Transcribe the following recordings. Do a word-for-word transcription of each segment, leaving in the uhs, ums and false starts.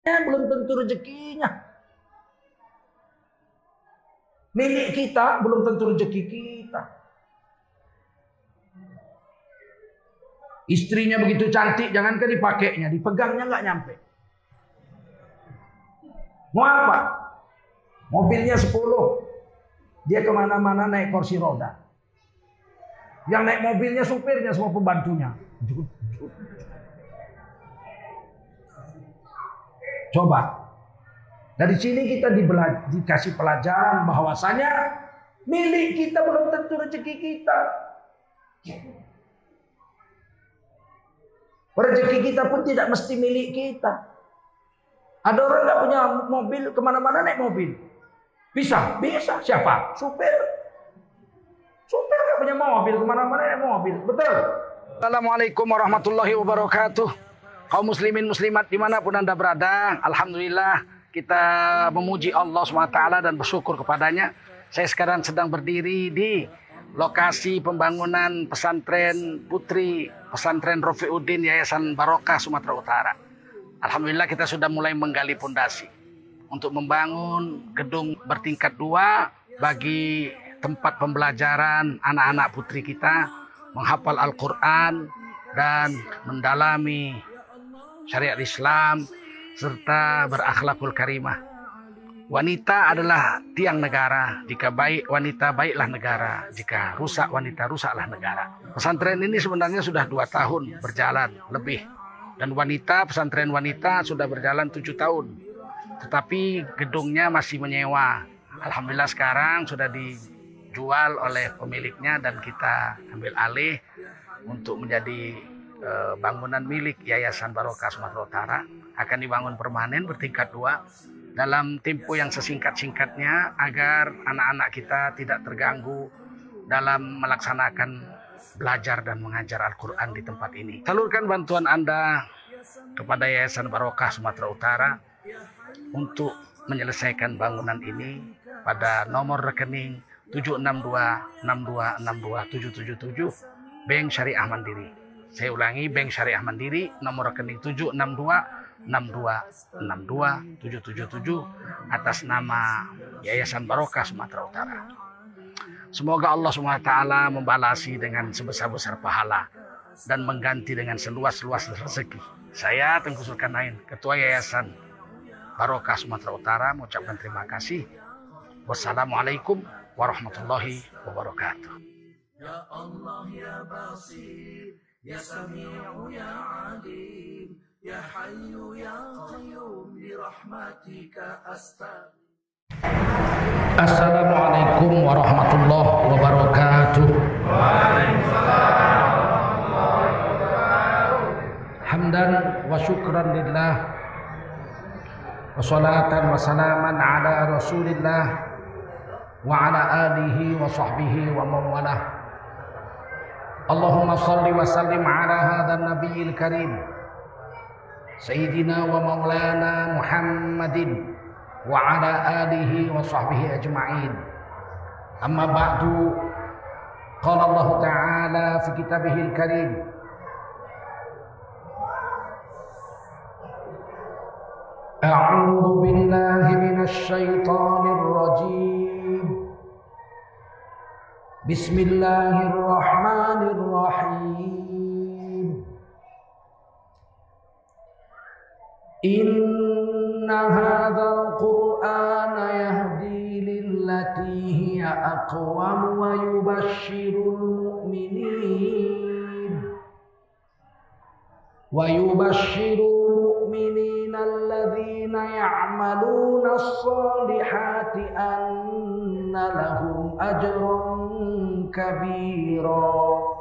belum tentu rezekinya. Milik kita belum tentu rezeki kita. Istrinya begitu cantik, jangankan dipakainya, dipegangnya nggak nyampe. Mau apa? Mobilnya sepuluh. Dia kemana-mana naik kursi roda. Yang naik mobilnya supirnya, semua pembantunya. Coba. Dari sini kita dibela- dikasih pelajaran bahwasanya milik kita belum tentu rezeki kita. Rezeki kita pun tidak mesti milik kita. Ada orang nggak punya mobil, kemana-mana naik mobil. Bisa, bisa. Siapa? Supir. Supir nggak punya mobil, kemana-mana naik mobil. Betul. Assalamualaikum warahmatullahi wabarakatuh. Kaum muslimin muslimat dimanapun anda berada, alhamdulillah kita memuji Allah subhanahu wa taala dan bersyukur kepadanya. Saya sekarang sedang berdiri di lokasi pembangunan pesantren putri pesantren Rofiuddin Yayasan Barokah Sumatera Utara. Alhamdulillah kita sudah mulai menggali pondasi untuk membangun gedung bertingkat dua bagi tempat pembelajaran anak-anak putri kita menghafal Al-Quran dan mendalami syariat Islam serta berakhlakul karimah. Wanita adalah tiang negara. Jika baik wanita, baiklah negara. Jika rusak wanita, rusaklah negara. Pesantren ini sebenarnya sudah dua tahun berjalan lebih. Dan wanita, pesantren wanita sudah berjalan tujuh tahun. Tetapi gedungnya masih menyewa. Alhamdulillah sekarang sudah dijual oleh pemiliknya dan kita ambil alih untuk menjadi e, bangunan milik Yayasan Barokah Sumatera Utara. Akan dibangun permanen bertingkat dua. Dalam tempo yang sesingkat-singkatnya agar anak-anak kita tidak terganggu dalam melaksanakan belajar dan mengajar Al-Quran di tempat ini. Salurkan bantuan Anda kepada Yayasan Barokah Sumatera Utara untuk menyelesaikan bangunan ini pada nomor rekening tujuh enam dua enam dua enam dua tujuh tujuh tujuh Bank Syariah Mandiri. Saya ulangi, Bank Syariah Mandiri, nomor rekening tujuh enam dua enam dua enam dua tujuh tujuh tujuh atas nama Yayasan Barokah Sumatera Utara. Semoga Allah subhanahu wa taala membalasi dengan sebesar-besar pahala dan mengganti dengan seluas-luas rezeki. Saya Tengku Zulkarnain, Ketua Yayasan Barokah Sumatera Utara, mengucapkan terima kasih. Wassalamualaikum warahmatullahi wabarakatuh. Ya Allah ya Basir, ya Sami'u ya Alim, ya Hayyu ya Qayyum bi rahmatika astaghfir. Assalamualaikum warahmatullahi wabarakatuh. Waalaikumsalam warahmatullahi wabarakatuh. Hamdan wa syukran lillah wa salatan wa salaman ala Rasulillah wa ala alihi wa sahbihi wa mawalah. Allahumma salli wa sallim ala hadzal nabiyil karim Sayyidina wa maulana Muhammadin wa ala alihi wa sahbihi ajma'in. Amma ba'du, qala Allah ta'ala fi kitabihil karim, a'udzu billahi minasy syaithanir rajim. Bismillahirrahmanirrahim. Inna hadzal Qur'ana yahdi lillati hiya aqwam wa yubashshirul mu'minin wa yubashshirul mu'minina alladhina ya'maluna as-salihati anna lahum ajran kabira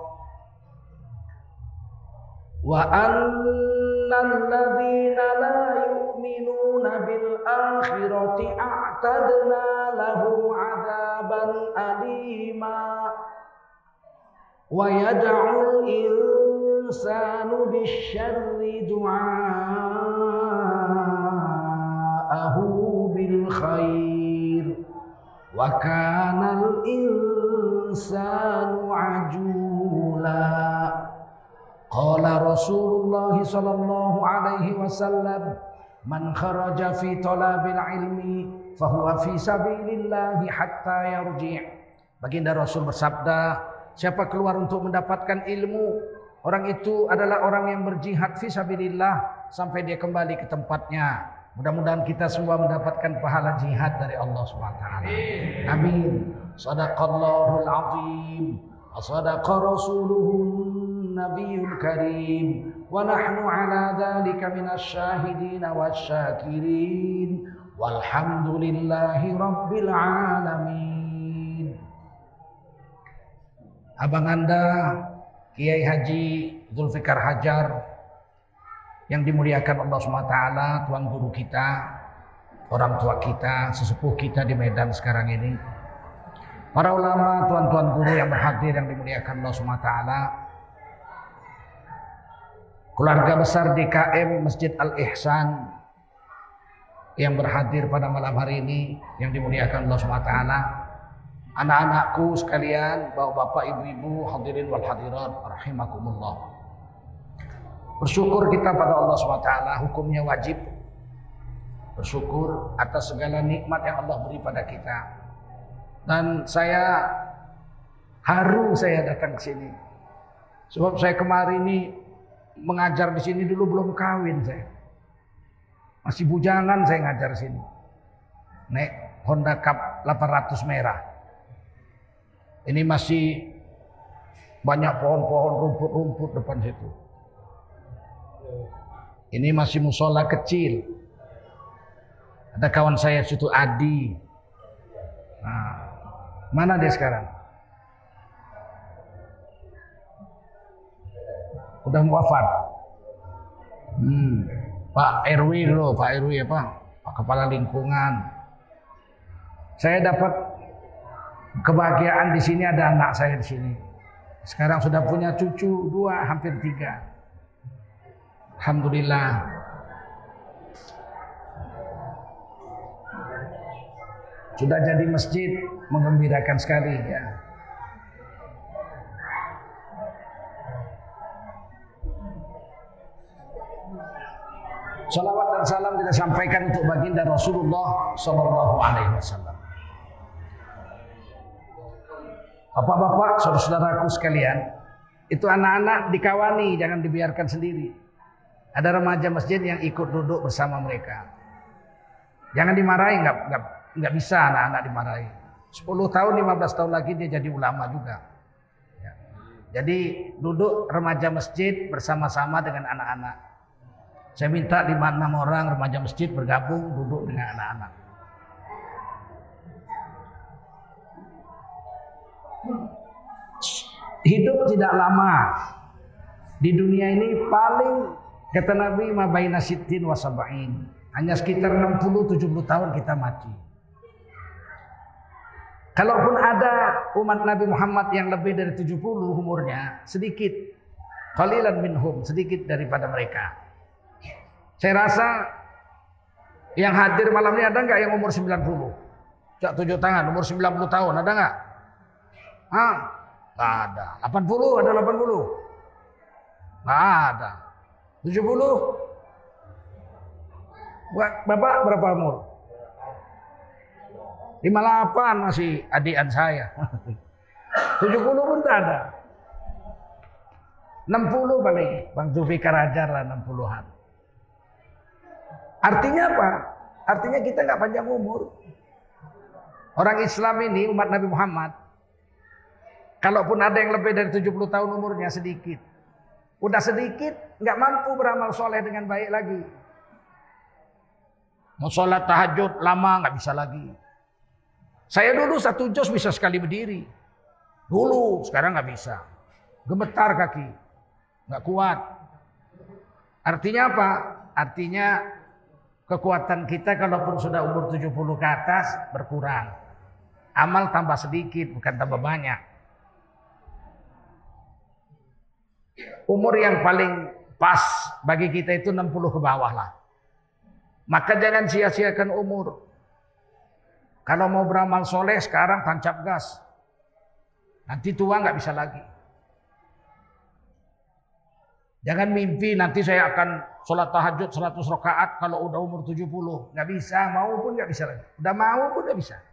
wa annal ladzina la yu'minuna bil akhirati a'tadna lahum 'adzaban alima wa yad'ul insanu bisyarri du'aahu bil khair wa kana al insanu 'ajula. Qala Rasulullah sallallahu alaihi wasallam, Man kharaja fi talabil ilmi fahuwa fi sabilillahi hatta yarji'. Baginda Rasul bersabda, siapa keluar untuk mendapatkan ilmu, orang itu adalah orang yang berjihad fi sabilillah sampai dia kembali ke tempatnya. Mudah-mudahan kita semua mendapatkan pahala jihad dari Allah Subhanahu wa taala. Amin. Shadaqallahul azim. Shadaqa rasuluhun nabiyul karim. Wa nahnu ala dzalika minasy syahidin wasyakirin. Walhamdulillahi rabbil alamin. Abang Anda Kiai Haji Zulfikar Hajar yang dimuliakan Allah subhanahu wa taala, tuan guru kita, orang tua kita, sesepuh kita di Medan sekarang ini, para ulama, tuan-tuan guru yang berhadir yang dimuliakan Allah subhanahu wa taala, keluarga besar D K M Masjid Al-Ihsan yang berhadir pada malam hari ini yang dimuliakan Allah subhanahu wa taala, anak-anakku sekalian, bapak-bapak, ibu-ibu, hadirin wal hadirat rahimakumullah. Bersyukur kita pada Allah subhanahu wa taala, hukumnya wajib bersyukur atas segala nikmat yang Allah beri pada kita. Dan saya haru saya datang ke sini. Sebab saya kemarin ini mengajar di sini dulu belum kawin saya. Masih bujangan saya ngajar sini. Naik Honda Cup delapan ratus merah. Ini masih banyak pohon-pohon, rumput-rumput depan situ. Ini masih musola kecil. Ada kawan saya situ Adi. Nah, mana dia sekarang? Udah wafat. Hmm. Pak R W dulu, Pak R W apa? Pak Kepala Lingkungan. Saya dapat kebahagiaan di sini, ada anak saya di sini. Sekarang sudah punya cucu dua, hampir tiga. Alhamdulillah. Sudah jadi masjid, menggembirakan sekali ya. Salawat dan salam kita sampaikan untuk baginda Rasulullah Sallallahu Alaihi Wasallam. Bapak-bapak, saudara-saudaraku sekalian, itu anak-anak dikawani, jangan dibiarkan sendiri. Ada remaja masjid yang ikut duduk bersama mereka. Jangan dimarahi, nggak nggak nggak bisa anak-anak dimarahi. sepuluh tahun, lima belas tahun lagi dia jadi ulama juga. Ya. Jadi duduk remaja masjid bersama-sama dengan anak-anak. Saya minta lima enam orang remaja masjid bergabung duduk dengan anak-anak. Hidup tidak lama. Di dunia ini paling, kata Nabi, ma baina sittin wa sab'in. Hanya sekitar enam puluh tujuh puluh tahun kita mati. Kalaupun ada umat Nabi Muhammad yang lebih dari tujuh puluh umurnya, sedikit. Qalilan minhum, sedikit daripada mereka. Saya rasa yang hadir malam ini ada nggak yang umur sembilan puluh? Cak tujuh tangan, umur sembilan puluh tahun, ada nggak? Hah? Nggak ada. delapan puluh, ada delapan puluh? Nggak ada. tujuh puluh? Bapak berapa umur? lima puluh delapan masih adikan saya. tujuh puluh pun tak ada. enam puluh paling. Bang Zulfikar Hajar lah enam puluhan. Artinya apa? Artinya kita nggak panjang umur. Orang Islam ini, umat Nabi Muhammad, kalaupun ada yang lebih dari tujuh puluh tahun umurnya, sedikit. Udah sedikit, nggak mampu beramal soleh dengan baik lagi. Mau sholat tahajud lama nggak bisa lagi. Saya dulu satu juz bisa sekali berdiri. Dulu, sekarang nggak bisa. Gemetar kaki, nggak kuat. Artinya apa? Artinya kekuatan kita kalaupun sudah umur tujuh puluh ke atas berkurang. Amal tambah sedikit, bukan tambah banyak. Umur yang paling pas bagi kita itu enam puluh ke bawah lah. Maka jangan sia-siakan umur. Kalau mau beramal soleh sekarang tancap gas. Nanti tua nggak bisa lagi. Jangan mimpi nanti saya akan sholat tahajud seratus rakaat kalau udah umur tujuh puluh. Nggak bisa, mau pun nggak bisa lagi. Udah mau pun nggak bisa.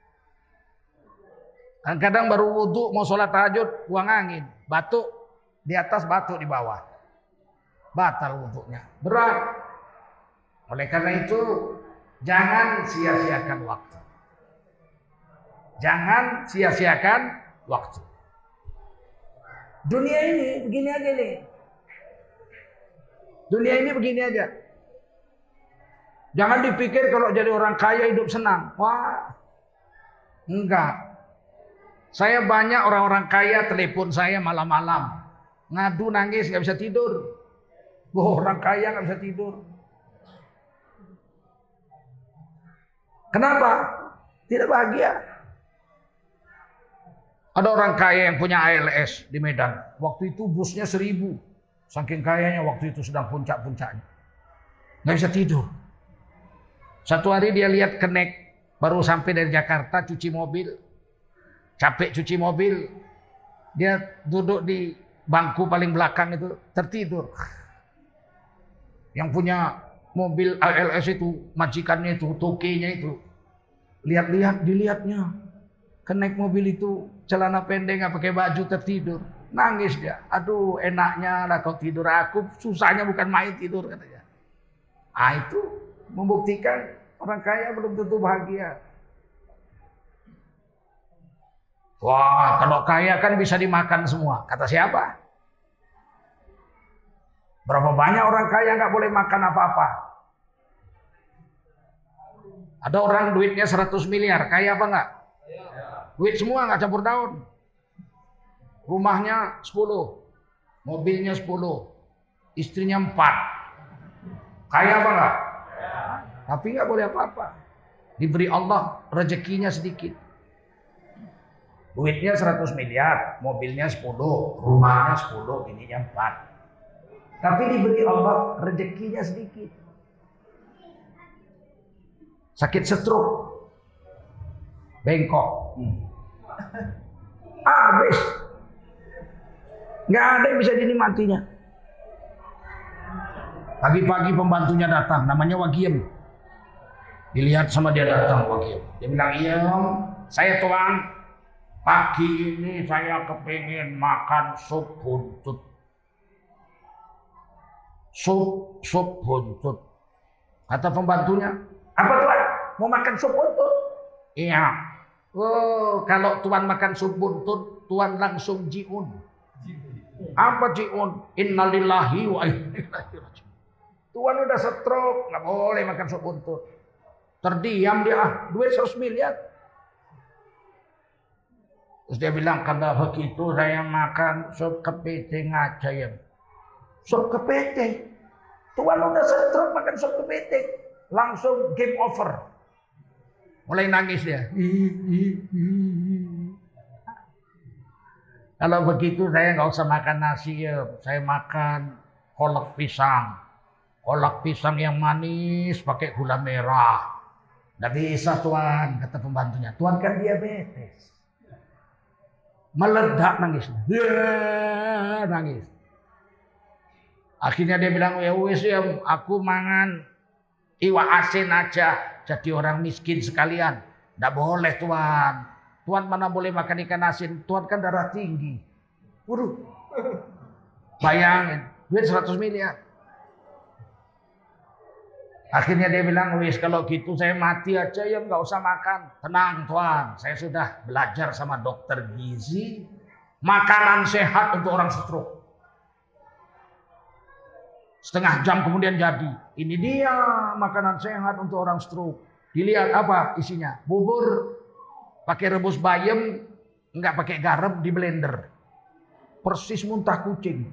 Kadang baru wudhu mau sholat tahajud, buang angin, batuk di atas, batuk di bawah, batal wudhunya, berat. Oleh karena itu jangan sia-siakan waktu, jangan sia-siakan waktu. Dunia ini begini aja nih, dunia ini begini aja. Jangan dipikir kalau jadi orang kaya hidup senang, wah, enggak. Saya banyak orang-orang kaya telepon saya malam-malam. Ngadu nangis gak bisa tidur. Wah, orang kaya gak bisa tidur. Kenapa? Tidak bahagia. Ada orang kaya yang punya A L S di Medan. Waktu itu busnya seribu. Saking kayanya waktu itu sedang puncak-puncaknya. Gak bisa tidur. Satu hari dia lihat kenek. Baru sampai dari Jakarta cuci mobil. Capek cuci mobil, dia duduk di bangku paling belakang itu tertidur. Yang punya mobil A L S itu, majikannya itu, tokenya itu, lihat-lihat, dilihatnya, kenek mobil itu celana pendek nggak pakai baju tertidur, nangis dia. Aduh, enaknya lah kau tidur, aku susahnya bukan main tidur katanya. Ah itu membuktikan orang kaya belum tentu bahagia. Wah, kalau kaya kan bisa dimakan semua. Kata siapa? Berapa banyak orang kaya nggak boleh makan apa-apa? Ada orang duitnya seratus miliar, kaya apa nggak? Duit semua nggak campur daun. Rumahnya sepuluh, mobilnya sepuluh, istrinya empat. Kaya apa nggak? Tapi nggak boleh apa-apa. Diberi Allah rezekinya sedikit. Duitnya seratus miliar, mobilnya sepuluh, rumahnya sepuluh, ininya empat. Tapi diberi Allah rezekinya sedikit. Sakit stroke, bengkok, hmm. habis, nggak ada yang bisa dinikmatinya. Pagi-pagi pembantunya datang, namanya Wagiem. Dilihat sama dia datang Wagiem. Dia bilang, iya, saya tuan. Pagi ini saya kepingin makan sup buntut. Sup, sup buntut. Kata pembantunya, apa tuan? Mau makan sup buntut? Iya. Oh, kalau tuan makan sup buntut, tuan langsung jiun. Apa jiun? Innalillahi wa inna ilaihi raji'un. Tuan udah stroke, nggak boleh makan sup buntut. Terdiam dia, duit seratus miliar. Terus dia bilang, kalau begitu saya makan sup kepiting aja ya. Sup kepiting? Tuan udah stroke makan sup kepiting. Langsung game over. Mulai nangis dia. Kalau begitu saya nggak usah makan nasi ya. Saya makan kolak pisang. Kolak pisang yang manis pakai gula merah. Nggak bisa tuan, kata pembantunya. Tuan kan diabetes. Meledak nangisnya, ya, nangis. Akhirnya dia bilang, ya wis ya, aku mangan iwak asin aja, jadi orang miskin sekalian. Nggak boleh tuan, tuan mana boleh makan ikan asin, tuan kan darah tinggi. Waduh, bayangin, duit seratus miliar. Akhirnya dia bilang, wis kalau gitu saya mati aja ya nggak usah makan. Tenang tuan, saya sudah belajar sama dokter gizi. Makanan sehat untuk orang stroke. Setengah jam kemudian jadi. Ini dia makanan sehat untuk orang stroke. Dilihat apa isinya? Bubur pakai rebus bayam, nggak pakai garam, di blender. Persis muntah kucing.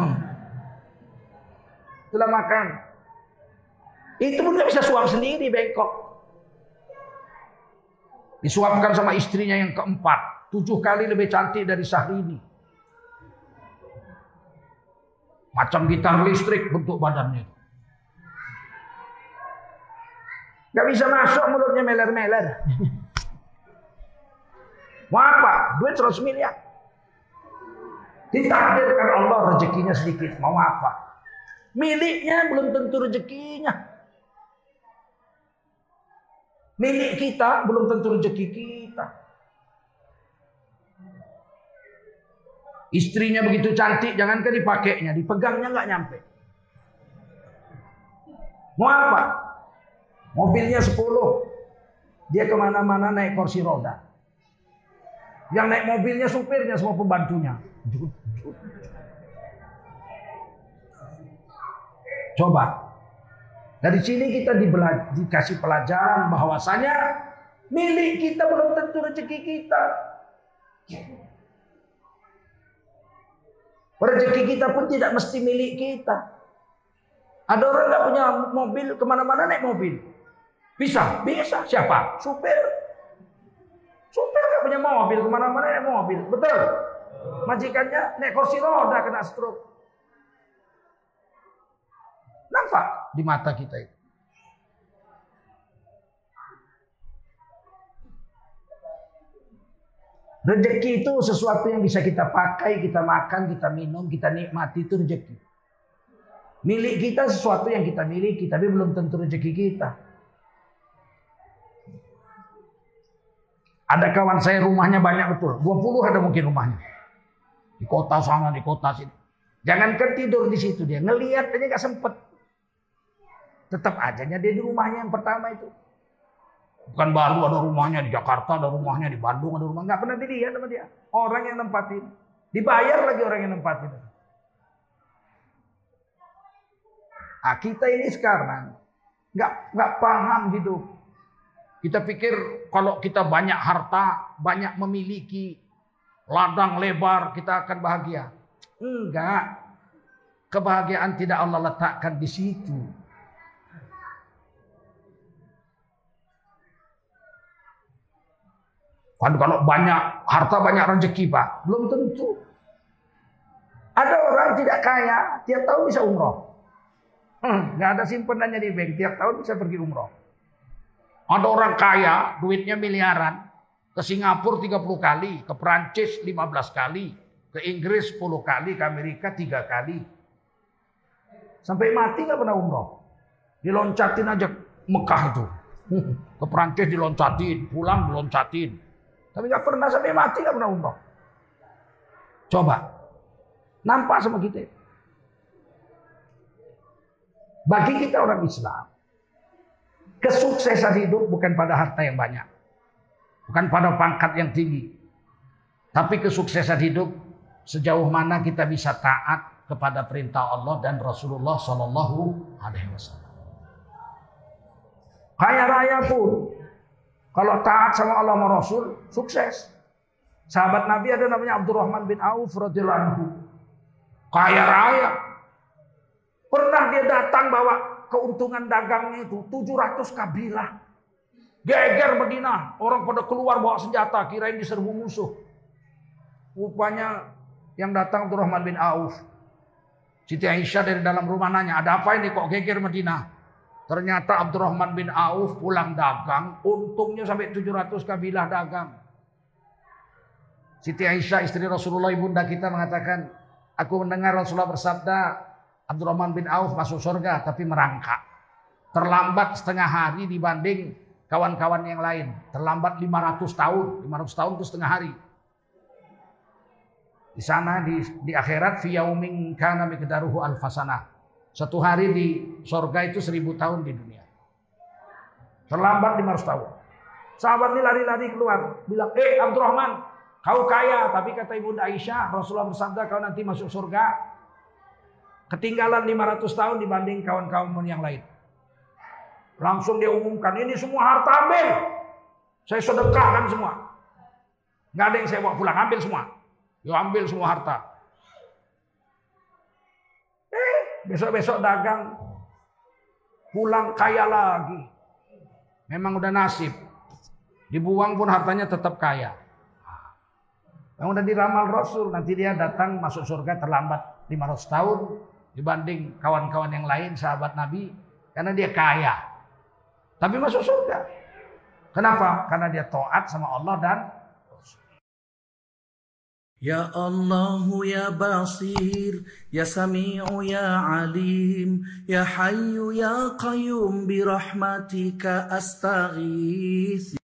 Itulah makan. Itu pun gak bisa suap sendiri, bengkok. Disuapkan sama istrinya yang keempat. Tujuh kali lebih cantik dari Syahrini. Macam gitar listrik bentuk badannya. Gak bisa masuk mulutnya meler-meler. Mau apa? Duit seratus miliar. Ditakdirkan Allah rezekinya sedikit. Mau apa? Miliknya belum tentu rezekinya. Milik kita belum tentu rezeki kita. Istrinya begitu cantik, jangankan dipakainya, dipegangnya nggak nyampe. Mau apa? Mobilnya sepuluh. Dia kemana-mana naik kursi roda. Yang naik mobilnya supirnya, semua pembantunya. Coba. Dari sini kita dibela- dikasih pelajaran bahwasanya milik kita belum tentu rezeki kita. Rezeki kita pun tidak mesti milik kita. Ada orang nggak punya mobil, kemana-mana naik mobil. Bisa, bisa. Siapa? Supir. Supir nggak punya mobil, kemana-mana naik mobil. Betul. Majikannya naik kursi roda kena stroke. Nampak di mata kita itu. Rezeki itu sesuatu yang bisa kita pakai, kita makan, kita minum, kita nikmati, itu rezeki. Milik kita sesuatu yang kita miliki, tapi belum tentu rezeki kita. Ada kawan saya rumahnya banyak betul, dua puluh ada mungkin rumahnya. Di kota sana, di kota sini. Jangankan tidur di situ, dia ngelihat aja gak sempet. Tetap ajanya dia di rumahnya yang pertama itu. Bukan baru ada rumahnya di Jakarta, ada rumahnya di Bandung, ada rumah. Nggak pernah dilihat sama dia. Orang yang nempatin. Dibayar lagi orang yang nempatin. Nah, kita ini sekarang nggak nggak paham hidup. Kita pikir kalau kita banyak harta, banyak memiliki ladang lebar, kita akan bahagia. Enggak. Kebahagiaan tidak Allah letakkan di situ. Kan kalau banyak harta, banyak rezeki, Pak. Belum tentu. Ada orang tidak kaya, tiap tahun bisa umroh. Hmm, nggak ada simpenannya di bank, tiap tahun bisa pergi umroh. Ada orang kaya, duitnya miliaran, ke Singapura tiga puluh kali, ke Perancis lima belas kali, ke Inggris sepuluh kali, ke Amerika tiga kali. Sampai mati nggak pernah umroh. Diloncatin aja Mekah itu. Ke Perancis diloncatin, pulang diloncatin. Tapi nggak pernah sampai mati, nggak pernah umroh. Coba, nampak sama kita. Bagi kita orang Islam, kesuksesan hidup bukan pada harta yang banyak, bukan pada pangkat yang tinggi, tapi kesuksesan hidup sejauh mana kita bisa taat kepada perintah Allah dan Rasulullah Shallallahu Alaihi Wasallam. Kaya raya pun, kalau taat sama Allah dan Rasul, sukses. Sahabat Nabi ada namanya Abdurrahman bin Auf radhiyallahu anhu. Kaya raya. Pernah dia datang bawa keuntungan dagangnya itu tujuh ratus kabilah. Geger Madinah, orang pada keluar bawa senjata, kirain diserbu musuh. Rupanya yang datang Abdurrahman bin Auf. Siti Aisyah dari dalam rumah nanya, ada apa ini kok geger Madinah? Ternyata Abdurrahman bin Auf pulang dagang, untungnya sampai tujuh ratus kabilah dagang. Siti Aisyah istri Rasulullah ibunda kita mengatakan, aku mendengar Rasulullah bersabda, Abdurrahman bin Auf masuk surga tapi merangkak. Terlambat setengah hari dibanding kawan-kawan yang lain. Terlambat lima ratus tahun, lima ratus tahun itu setengah hari. Di sana di, di akhirat fi yaumin kana miqdaruhu alfasanah. Satu hari di surga itu seribu tahun di dunia. Terlambat lima ratus tahun. Sahabat ini lari-lari keluar. Bilang, eh Abdurrahman, kau kaya. Tapi kata ibunda Aisyah, Rasulullah bersabda kau nanti masuk surga. Ketinggalan lima ratus tahun dibanding kawan-kawan yang lain. Langsung dia umumkan, ini semua harta ambil. Saya sedekahkan semua. Nggak ada yang saya bawa pulang, ambil semua. Yo ambil semua harta. Besok-besok dagang, pulang kaya lagi. Memang udah nasib. Dibuang pun hartanya tetap kaya. Yang udah diramal Rasul, nanti dia datang masuk surga terlambat lima ratus tahun dibanding kawan-kawan yang lain, sahabat Nabi, karena dia kaya. Tapi masuk surga. Kenapa? Karena dia taat sama Allah dan Rasul. Ya Allah ya Basir, ya Sami'u ya Alim, ya Hayyu ya Qayyum bi rahmatika astaghith.